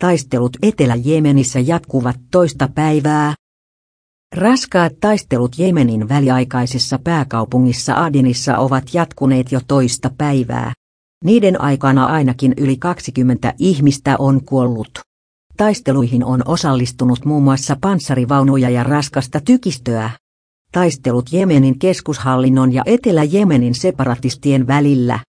Taistelut Etelä-Jemenissä jatkuvat toista päivää. Raskaat taistelut Jemenin väliaikaisessa pääkaupungissa Adenissa ovat jatkuneet jo toista päivää. Niiden aikana ainakin yli 20 ihmistä on kuollut. Taisteluihin on osallistunut muun muassa panssarivaunuja ja raskasta tykistöä. Taistelut Jemenin keskushallinnon ja Etelä-Jemenin separatistien välillä